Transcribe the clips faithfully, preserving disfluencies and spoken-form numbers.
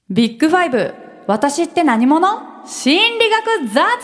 ビッグファイブ、私って何者？心理学雑談。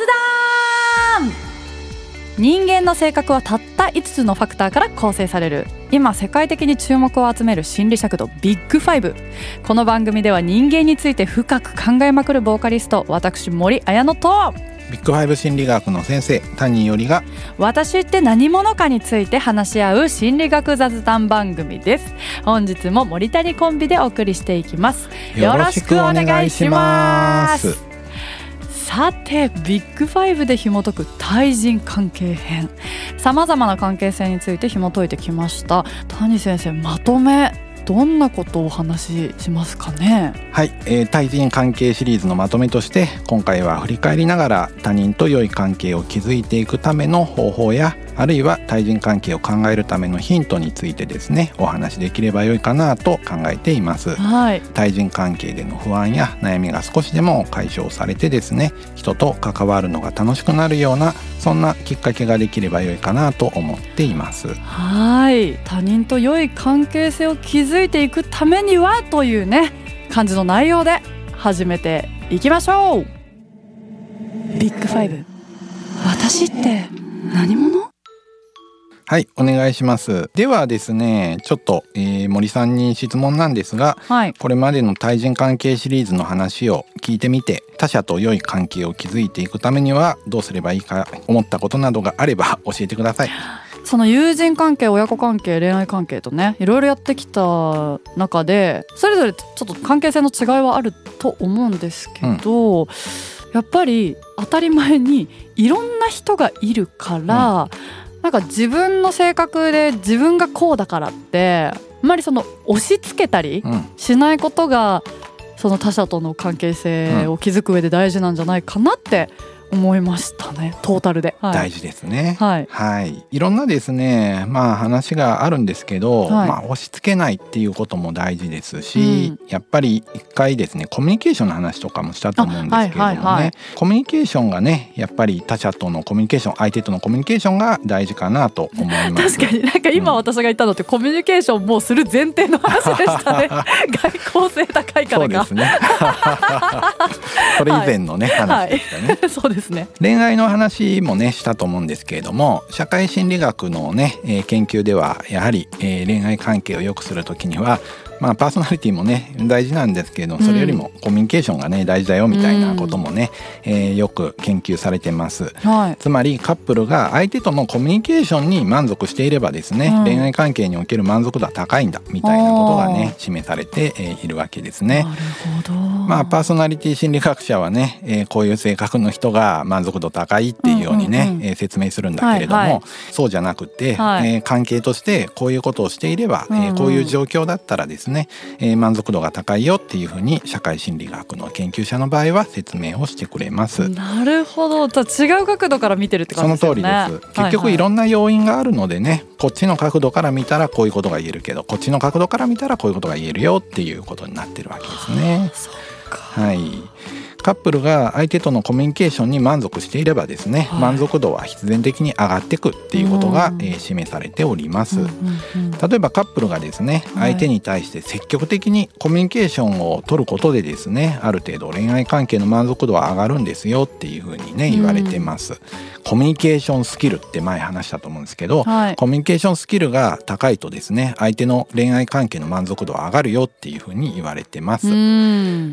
人間の性格はたったいつつのファクターから構成される。今世界的に注目を集める心理尺度ビッグファイブ。この番組では人間について深く考えまくるボーカリスト私森彩乃とビッグファイブ心理学の先生谷よりが私って何者かについて話し合う心理学雑談番組です。本日も森谷コンビでお送りしていきます。よろしくお願いします。さてビッグファイブで紐解く対人関係編、さまざまな関係性について紐解いてきました。谷先生、まとめどんなことをお話ししますかね。 はい、えー、対人関係シリーズのまとめとして今回は振り返りながら他人と良い関係を築いていくための方法や、あるいは対人関係を考えるためのヒントについてですねお話しできればよいかなと考えています。 はい、 対人関係での不安や悩みが少しでも解消されてですね、人と関わるのが楽しくなるようなそんなきっかけができればよいかなと思っています。 はい、他人と良い関係性を築いていくためにはというね感じの内容で始めていきましょう。ビッグファイブ、私って何者？ はい、お願いします。ではですね、ちょっと、えー、森さんに質問なんですが、はい、これまでの対人関係シリーズの話を聞いてみて、他者と良い関係を築いていくためにはどうすればいいか思ったことなどがあれば教えてください。 その友人関係、親子関係、恋愛関係とねいろいろやってきた中でそれぞれちょっと関係性の違いはあると思うんですけど、うん、やっぱり当たり前にいろんな人がいるから、うん、なんか自分の性格で自分がこうだからってあんまりその押し付けたりしないことが、うん、その他者との関係性を築く上で大事なんじゃないかなって思いましたね。トータルで、はい、 大事ですね。 はい、 はい、いろんなですね、まあ話があるんですけど、はい、まあ押し付けないっていうことも大事ですし、うん、やっぱり一回ですねコミュニケーションの話とかもしたと思うんですけれどもね、はいはいはい、コミュニケーションがねやっぱり他者とのコミュニケーション、相手とのコミュニケーションが大事かなと思います。 確かになんか今私が言ったのって、うん、コミュニケーションもする前提の話でしたね。外交性高いからがそうですね。それ以前のね、はい、話でしたね。 はい、そうですね。 恋愛の話もねしたと思うんですけれども、社会心理学のね、えー、研究ではやはり、えー、恋愛関係を良くするときにはまあ、パーソナリティもね大事なんですけれども、それよりもコミュニケーションがね大事だよみたいなこともね、うんえー、よく研究されてます、はい、つまりカップルが相手とのコミュニケーションに満足していればですね、うん、恋愛関係における満足度は高いんだみたいなことがね示されているわけですね。 なるほど。 まあ、パーソナリティ心理学者はね、えー、こういう性格の人が満足度高いっていうようにね、うんうんうんえー、説明するんだけれども、はいはい、そうじゃなくて、はいえー、関係としてこういうことをしていれば、うんうんえー、こういう状況だったらですね、えー、満足度が高いよっていうふうに社会心理学の研究者の場合は説明をしてくれます。 なるほど。違う角度から見てるって感じですよね。 その通りです。結局いろんな要因があるのでね、はいはい、こっちの角度から見たらこういうことが言えるけど、こっちの角度から見たらこういうことが言えるよっていうことになってるわけですね。 そうか。 はい。カップルが相手とのコミュニケーションに満足していればですね、はい、満足度は必然的に上がっていくっていうことが、うんえー、示されております、うんうんうん、例えばカップルがですね相手に対して積極的にコミュニケーションを取ることでですね、ある程度恋愛関係の満足度は上がるんですよっていうふうにね言われてます、うん、コミュニケーションスキルって前話したと思うんですけど、はい、コミュニケーションスキルが高いとですね相手の恋愛関係の満足度は上がるよっていうふうに言われてます、うん、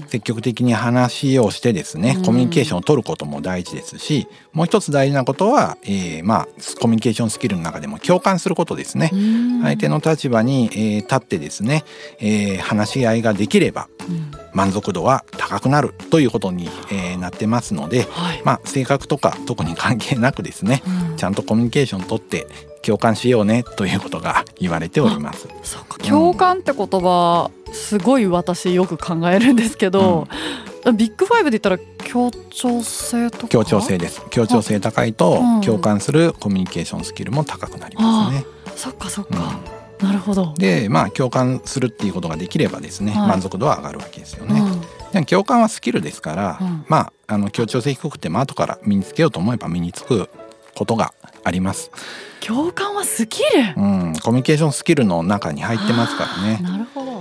積極的に話をしてですねコミュニケーションを取ることも大事ですし、もう一つ大事なことは、えー、まあコミュニケーションスキルの中でも共感することですね。相手の立場に、えー、立ってですね、えー、話し合いができれば、うん、満足度は高くなるということに、えー、なってますので、はい、まあ性格とか特に関係なくですね、うん、ちゃんとコミュニケーションを取って共感しようねということが言われております。 そうか、共感って言葉、うん、すごい私よく考えるんですけど、うん、ビッグファイブで言ったら協調性とか協調性です。協調性高いと、うん、共感するコミュニケーションスキルも高くなりますね。 そっかそっか、うん、なるほど。 でまあ共感するっていうことができればですね、はい、満足度は上がるわけですよね、うん、共感はスキルですから、うん、まああの協調性低くても後から身につけようと思えば身につくことがあります。 共感はスキル、 うん、コミュニケーションスキルの中に入ってますからね。 なるほど。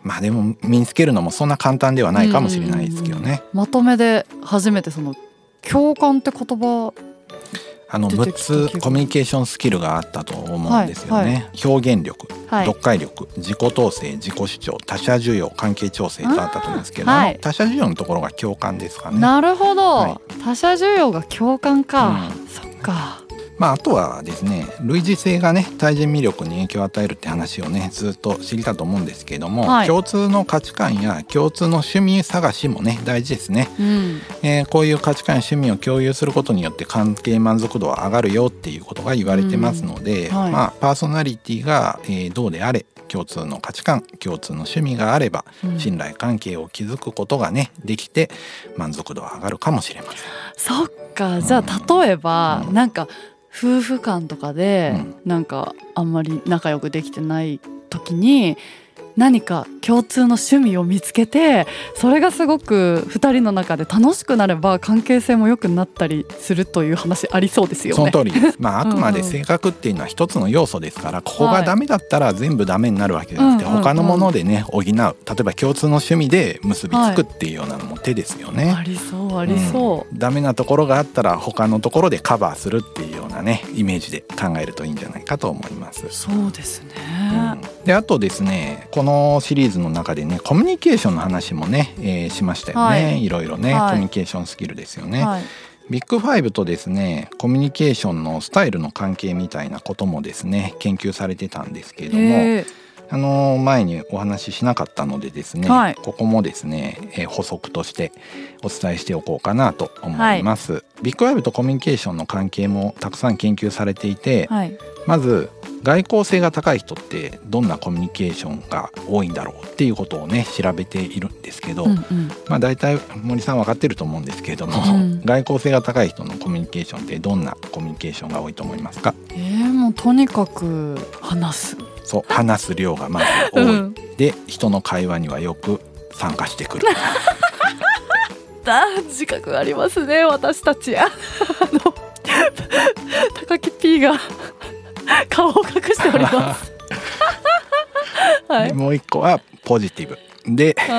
まあでも身につけるのもそんな簡単ではないかもしれないですけどね、うんうんうん、 まとめで初めてその共感って言葉あのむっつコミュニケーションスキルがあったと思うんですよね、はいはい、表現力、はい、読解力、自己統制、自己主張、他者需要、関係調整とあったと思うんですけど、はい、他者需要のところが共感ですかね。 なるほど、はい、他者需要が共感か、うん、そっか。 まあ、あとはですね、類似性がね対人魅力に影響を与えるって話をねずっと知りたと思うんですけども、はい、共通の価値観や共通の趣味探しもね大事ですね、うんえー、こういう価値観や趣味を共有することによって関係満足度は上がるよっていうことが言われてますので、うんはいまあ、パーソナリティが、えー、どうであれ共通の価値観共通の趣味があれば、うん、信頼関係を築くことがねできて満足度は上がるかもしれません。 そっか、じゃあ例えば、うん、なんか夫婦間とかでなんかあんまり仲良くできてない時に何か共通の趣味を見つけてそれがすごくふたりの中で楽しくなれば関係性も良くなったりするという話ありそうですよね。 その通りです、まあ、あくまで性格っていうのは一つの要素ですから、うん、ここがダメだったら全部ダメになるわけじゃなくて、はい、他のものでね補う、例えば共通の趣味で結びつくっていうようなのも手ですよね、はい、 ありそうありそう、 うん、ダメなところがあったら他のところでカバーするっていうようなねイメージで考えるといいんじゃないかと思います。 そうですね、 うん、であとですねこのシリーズの中でねコミュニケーションの話もね、えー、しましたよね、はい、いろいろね、はい、コミュニケーションスキルですよね、はい、ビッグファイブとですねコミュニケーションのスタイルの関係みたいなこともですね研究されてたんですけれども、あの前にお話ししなかったのでですね、はい、ここもですね、えー、補足としてお伝えしておこうかなと思います、はい、ビッグファイブとコミュニケーションの関係もたくさん研究されていて、はい、まず外交性が高い人ってどんなコミュニケーションが多いんだろうっていうことをね調べているんですけど、うんうん、まあ大体森さん分かってると思うんですけれども、うん、外交性が高い人のコミュニケーションってどんなコミュニケーションが多いと思いますか？ えー、もうとにかく話す。 そう話す量がまず多い、うん、で人の会話にはよく参加してくるだ自覚ありますね私たち。あの高木 P が顔を隠しております、 はい、もう一個はポジティブで、うん、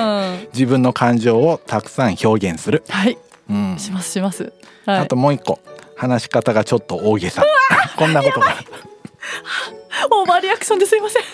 自分の感情をたくさん表現する、 はい、うん、しますします、はい、 あともう一個話し方がちょっと大げさこんなことがオーバーリアクションですいません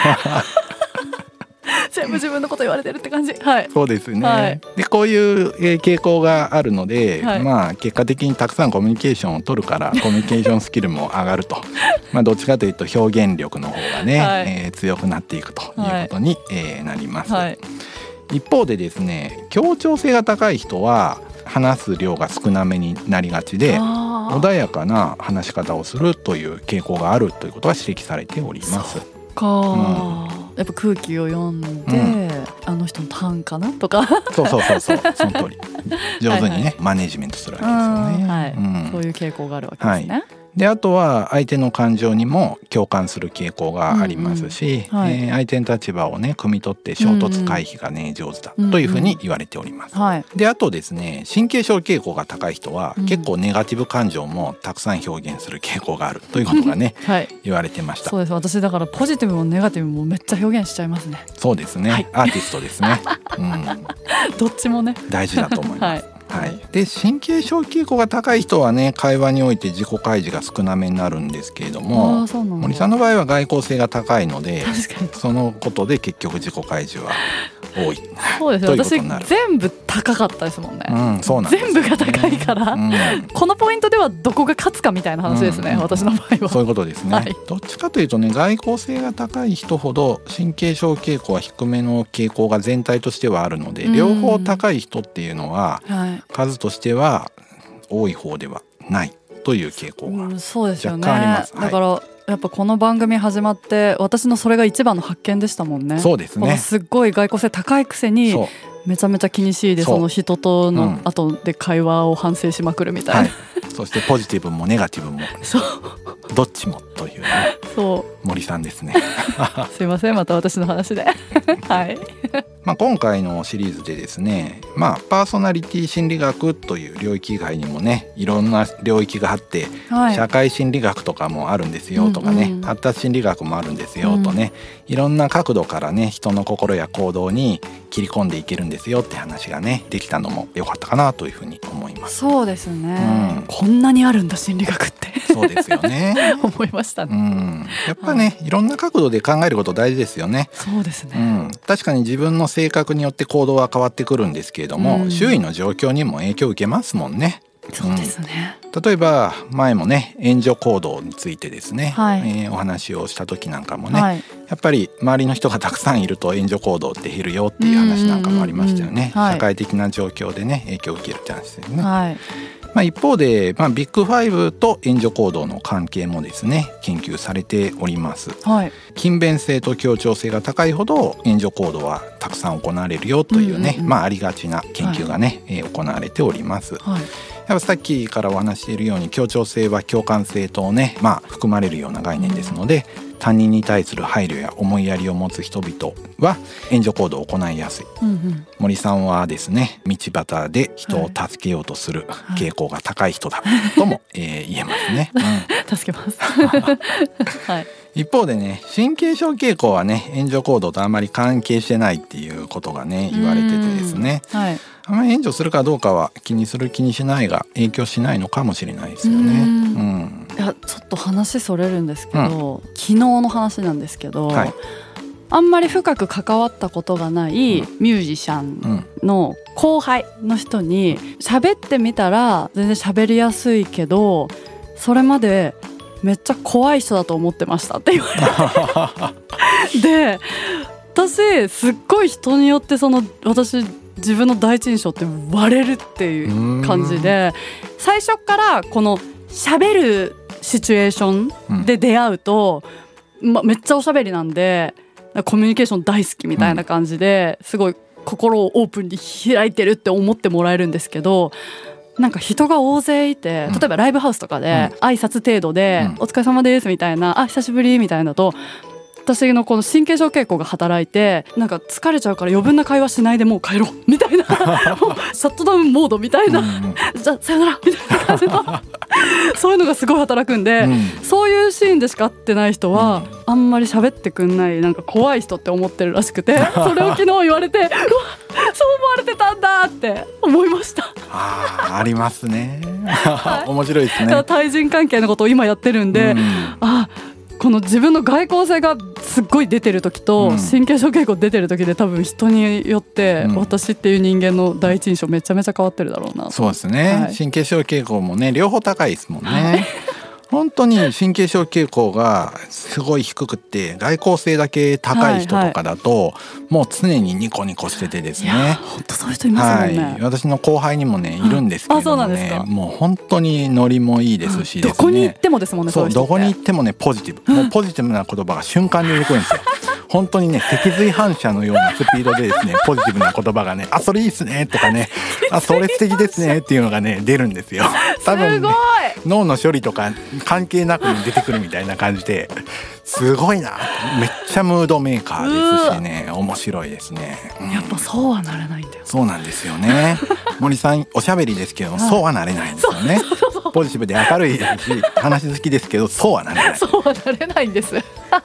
全部自分のこと言われてるって感じ、はい、 そうですね、はい、でこういう、えー、傾向があるので、はい、まあ結果的にたくさんコミュニケーションを取るからコミュニケーションスキルも上がるとまあどっちかというと表現力の方がね、はい、えー、強くなっていくということに、はい、えー、なります、はい、一方でですね協調性が高い人は話す量が少なめになりがちで穏やかな話し方をするという傾向があるということが指摘されております。 そっか、うん、やっぱ空気を読んで、うん、あの人のターンかなとかそうそうそうそうその通り上手にねはい、はい、マネジメントするわけですよね、はい、うん、 そういう傾向があるわけですね、はい、 であとは相手の感情にも共感する傾向がありますし、うんうん、はい、えー、相手の立場をね汲み取って衝突回避がね、うんうん、上手だというふうに言われております、うんうん、はい、であとですね神経症傾向が高い人は、うん、結構ネガティブ感情もたくさん表現する傾向があるということがね、はい、言われてました。 そうです、私だからポジティブもネガティブもめっちゃ表現しちゃいますね。 そうですね、はい、アーティストですね、うん、 どっちもね大事だと思います、 はいはい、で神経症傾向が高い人はね会話において自己開示が少なめになるんですけれども、森さんの場合は外交性が高いのでそのことで結局自己開示は多い。 そうですね、私全部高かったですもんね、うん、そうなんですよね、全部が高いから、うん、このポイントではどこが勝つかみたいな話ですね、うん、私の場合はそういうことですね、はい、どっちかというとね外交性が高い人ほど神経症傾向は低めの傾向が全体としてはあるので、うん、両方高い人っていうのは、はい、数としては多い方ではないという傾向が若干あります、うん、そうですよね、 だから、はい、やっぱこの番組始まって私のそれが一番の発見でしたもんね。 そうですね、 すっごい外交性高いくせにめちゃめちゃ気にしいでその人との後で会話を反省しまくるみたいな、うん、はい、 そしてポジティブもネガティブもそうどっちもという、ね、 そう森さんですねすいませんまた私の話ではいまあ今回のシリーズでですね、まあ、パーソナリティ心理学という領域以外にもねいろんな領域があって、はい、社会心理学とかもあるんですよとかね、うんうん、発達心理学もあるんですよとね、うん、いろんな角度からね人の心や行動に切り込んでいけるんですよって話がねできたのも良かったかなというふうに思います。 そうですね、うん、こんなにあるんだ心理学ってそうですよね思いましたね、うん、 やっぱね、はい、いろんな角度で考えること大事ですよね。 そうですね、 うん、確かに自分の性格によって行動は変わってくるんですけれども、うん、周囲の状況にも影響を受けますもんね。 そうですね、 うん、例えば前もね援助行動についてですね、はい、えー、お話をした時なんかもね、はい、やっぱり周りの人がたくさんいると援助行動って減るよっていう話なんかもありましたよね、はい、社会的な状況でね影響を受けるって話ですね、はい、まあ、一方で、まあ、ビッグファイブと援助行動の関係もですね研究されております、はい、勤勉性と協調性が高いほど援助行動はたくさん行われるよというね、うんうんうん、まあ、ありがちな研究がね、はい、えー、行われております、はい、やっぱさっきからお話しているように協調性は共感性とね、まあ、含まれるような概念ですので、うん、他人に対する配慮や思いやりを持つ人々は援助行動を行いやすい、うんうん、森さんはですね道端で人を助けようとする傾向が高い人だとも、えー、言えますね、 うん、助けますはい、 一方でね神経症傾向はね援助行動とあまり関係してないっていうことがね言われててですね、はい、あまり援助するかどうかは気にする気にしないが影響しないのかもしれないですよね。うん、 いやちょっと話それるんですけど、うん、昨日の話なんですけど、はい、あんまり深く関わったことがないミュージシャンの後輩の人に喋ってみたら全然喋りやすいけどそれまでめっちゃ怖い人だと思ってましたって言われてで私すっごい人によってその私自分の第一印象って割れるっていう感じで最初からこの喋るシチュエーションで出会うと、うんま、めっちゃおしゃべりなんでコミュニケーション大好きみたいな感じですごい心をオープンに開いてるって思ってもらえるんですけどなんか人が大勢いて例えばライブハウスとかで挨拶程度でお疲れ様ですみたいなあ久しぶりみたいなと私のこの神経症傾向が働いてなんか疲れちゃうから余分な会話しないでもう帰ろうみたいなシャットダウンモードみたいな、うん、じゃあさよならみたいな感じのそういうのがすごい働くんで、うん、そういうシーンでしか会ってない人は、うん、あんまり喋ってくんないなんか怖い人って思ってるらしくてそれを昨日言われてうわそう思われてたんだって思いました。 あ, ありますね、はい、面白いですね。 対人関係のことを今やってるんで、うん、あこの自分の外交性がすっごい出てる時と神経症傾向出てる時で多分人によって私っていう人間の第一印象めちゃめちゃ変わってるだろうな、うん、 そうですね、はい、神経症傾向もね両方高いですもんね、はい本当に神経症傾向がすごい低くって外向性だけ高い人とかだと、はいはい、もう常にニコニコしててですね本当そういう人いますよね、はい、 私の後輩にもねいるんですけれどもねもう本当にノリもいいですしですね、 どこに行ってもですもんねそうどこに行ってもねポジティブもうポジティブな言葉が瞬間に出てくるんですよ本当にね脊髄反射のようなスピードでですねポジティブな言葉がねあそれいいっすねとかねあそれ素敵ですねっていうのがね出るんですよ多分、ね、脳の処理とか関係なく出てくるみたいな感じですごいなめっちゃムードメーカーですしね面白いですね、 うん、やっぱそうはなれないんだよ。 そうなんですよね森さんおしゃべりですけど、はい、そうはなれないんですよねそうそうそうポジティブで明るいし話好きですけどそうはなれないそうはなれないんです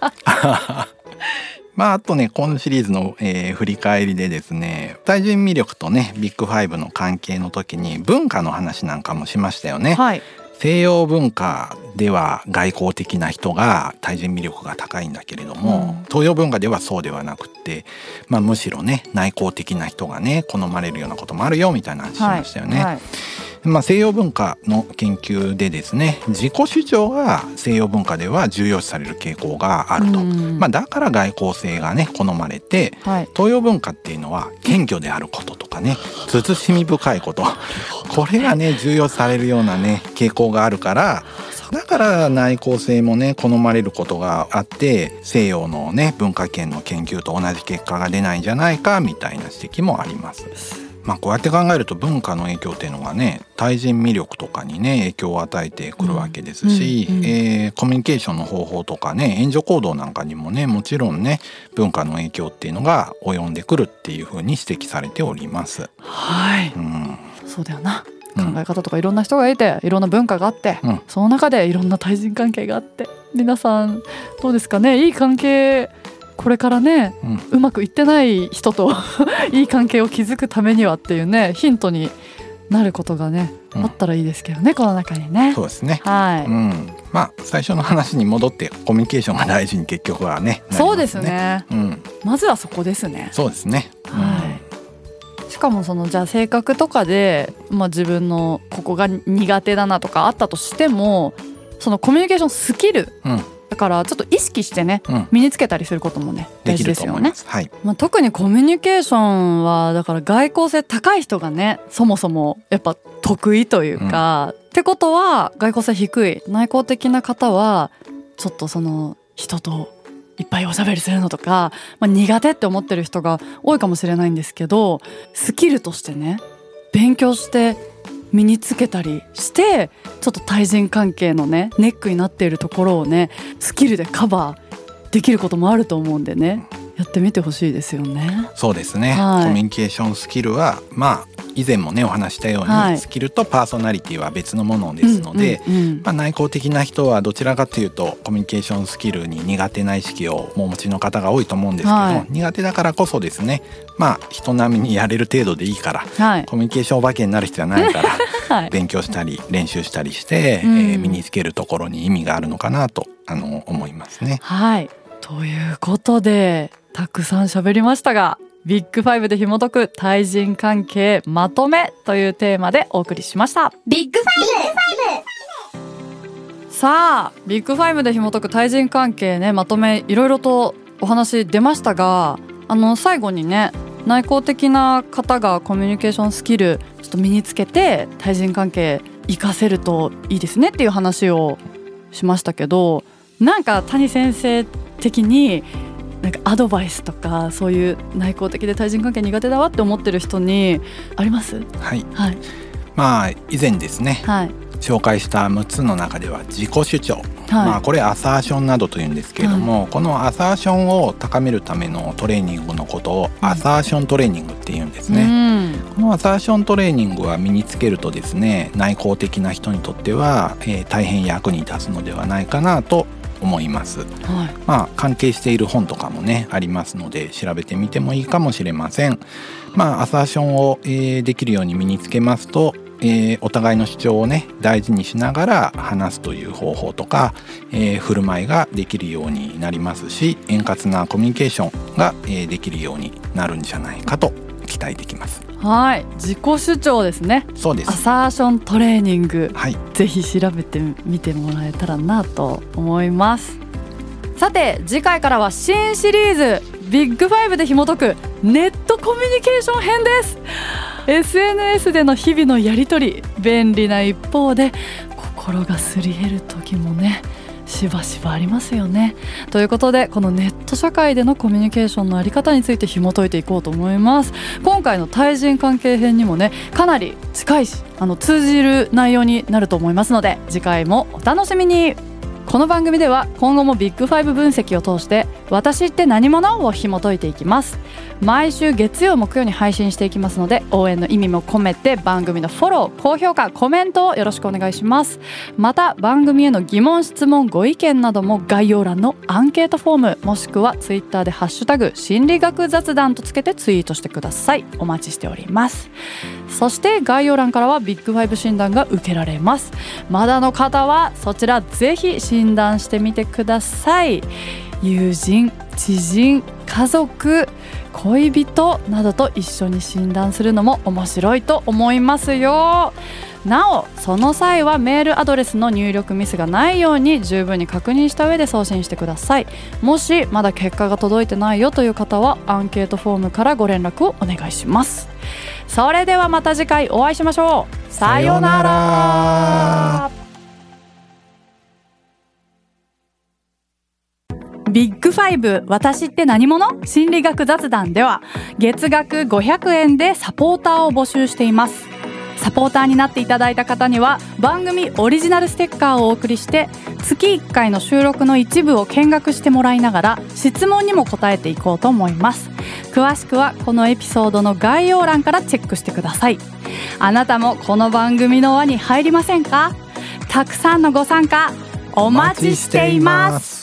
まあ、あとねこのシリーズの、えー、振り返りでですね対人魅力とねビッグファイブの関係の時に文化の話なんかもしましたよね、はい、西洋文化では外交的な人が対人魅力が高いんだけれども、うん、東洋文化ではそうではなくて、まあ、むしろね内向的な人がね好まれるようなこともあるよみたいな話しましたよね、はいはいまあ、西洋文化の研究でですね自己主張が西洋文化では重要視される傾向があると、まあ、だから外交性がね好まれて、はい、東洋文化っていうのは謙虚であることとかね慎み深いことこれがね重要視されるようなね傾向があるからだから内向性もね好まれることがあって西洋のね文化圏の研究と同じ結果が出ないんじゃないかみたいな指摘もあります。まあ、こうやって考えると文化の影響っていうのがね対人魅力とかにね影響を与えてくるわけですし、うんうんうんえー、コミュニケーションの方法とかね援助行動なんかにもねもちろんね文化の影響っていうのが及んでくるっていうふうに指摘されております。 はい、 うん、 そうだよな。考え方とかいろんな人がいていろんな文化があって、うん、その中でいろんな対人関係があって皆さんどうですかねいい関係これからね、うん、うまくいってない人といい関係を築くためにはっていうねヒントになることがね、うん、あったらいいですけどねこの中にね。 そうですね。 はい。 うん、まあ最初の話に戻ってコミュニケーションが大事に結局はね。 そうですね。 うん、 まずはそこですね。 そうですね。 はい。うん、しかもそのじゃあ性格とかで、まあ、自分のここが苦手だなとかあったとしてもそのコミュニケーションスキル、うんだからちょっと意識してね、うん、身につけたりすることもね大事ですよね。 はい。 まあ、特にコミュニケーションはだから外交性高い人がねそもそもやっぱ得意というか、うん、ってことは外交性低い内向的な方はちょっとその人といっぱいおしゃべりするのとか、まあ、苦手って思ってる人が多いかもしれないんですけどスキルとしてね勉強して身につけたりしてちょっと対人関係のねネックになっているところをねスキルでカバーできることもあると思うんでねやってみてほしいですよね。 そうですね、はい、コミュニケーションスキルはまあ以前もねお話したように、はい、スキルとパーソナリティは別のものですので、うんうんうんまあ、内向的な人はどちらかというとコミュニケーションスキルに苦手な意識をお持ちの方が多いと思うんですけど、はい、苦手だからこそですねまあ人並みにやれる程度でいいから、はい、コミュニケーションお化けになる必要はないから、はい、勉強したり練習したりして、うんえー、身につけるところに意味があるのかなとあの思いますね。 はいということでたくさん喋りましたがビッグファイブで紐解く対人関係まとめというテーマでお送りしました。 ビッグファイブさあビッグファイブで紐解く対人関係ねまとめいろいろとお話出ましたがあの最後にね内向的な方がコミュニケーションスキルちょっと身につけて対人関係活かせるといいですねっていう話をしましたけどなんか谷先生的になんかアドバイスとかそういう内向的で対人関係苦手だわって思ってる人にあります？ はい、はい、まあ以前ですね、はい、紹介したむっつの中では自己主張、はいまあ、これアサーションなどというんですけれども、はい、このアサーションを高めるためのトレーニングのことをアサーショントレーニングっていうんですね、うん、このアサーショントレーニングは身につけるとですね内向的な人にとっては、えー、大変役に立つのではないかなと思います、はいまあ、関係している本とかもねありますので調べてみてもいいかもしれません。まあアサーションを、えー、できるように身につけますと、えー、お互いの主張をね大事にしながら話すという方法とか、えー、振る舞いができるようになりますし円滑なコミュニケーションが、えー、できるようになるんじゃないかと期待できます。 はい自己主張ですね。 そうです。 アサーショントレーニング、 はい、 ぜひ調べてみてもらえたらなと思います。さて次回からは新シリーズビッグファイブで紐解くネットコミュニケーション編です。 エスエヌエス での日々のやり取り便利な一方で心がすり減る時もねしばしばありますよね。ということでこのネット社会でのコミュニケーションのあり方について紐解いていこうと思います。今回の対人関係編にもねかなり近いしあの通じる内容になると思いますので次回もお楽しみに。この番組では今後もビッグファイブ分析を通して私って何者を紐解いていきます。毎週月曜木曜に配信していきますので応援の意味も込めて番組のフォロー高評価コメントをよろしくお願いします。また番組への疑問質問ご意見なども概要欄のアンケートフォームもしくはツイッターでハッシュタグ心理学雑談とつけてツイートしてください。お待ちしております。そして概要欄からはビッグファイブ診断が受けられます。まだの方はそちらぜひ診断してみてください。友人、知人、家族、恋人などと一緒に診断するのも面白いと思いますよ。なおその際はメールアドレスの入力ミスがないように十分に確認した上で送信してください。もしまだ結果が届いてないよという方はアンケートフォームからご連絡をお願いします。それではまた次回お会いしましょう。さようなら。 ビッグファイブ私って何者心理学雑談では月額ごひゃくえんでサポーターを募集しています。サポーターになっていただいた方には番組オリジナルステッカーをお送りして月いっかいの収録の一部を見学してもらいながら質問にも答えていこうと思います。詳しくはこのエピソードの概要欄からチェックしてください。あなたもこの番組の輪に入りませんか？たくさんのご参加お待ちしています。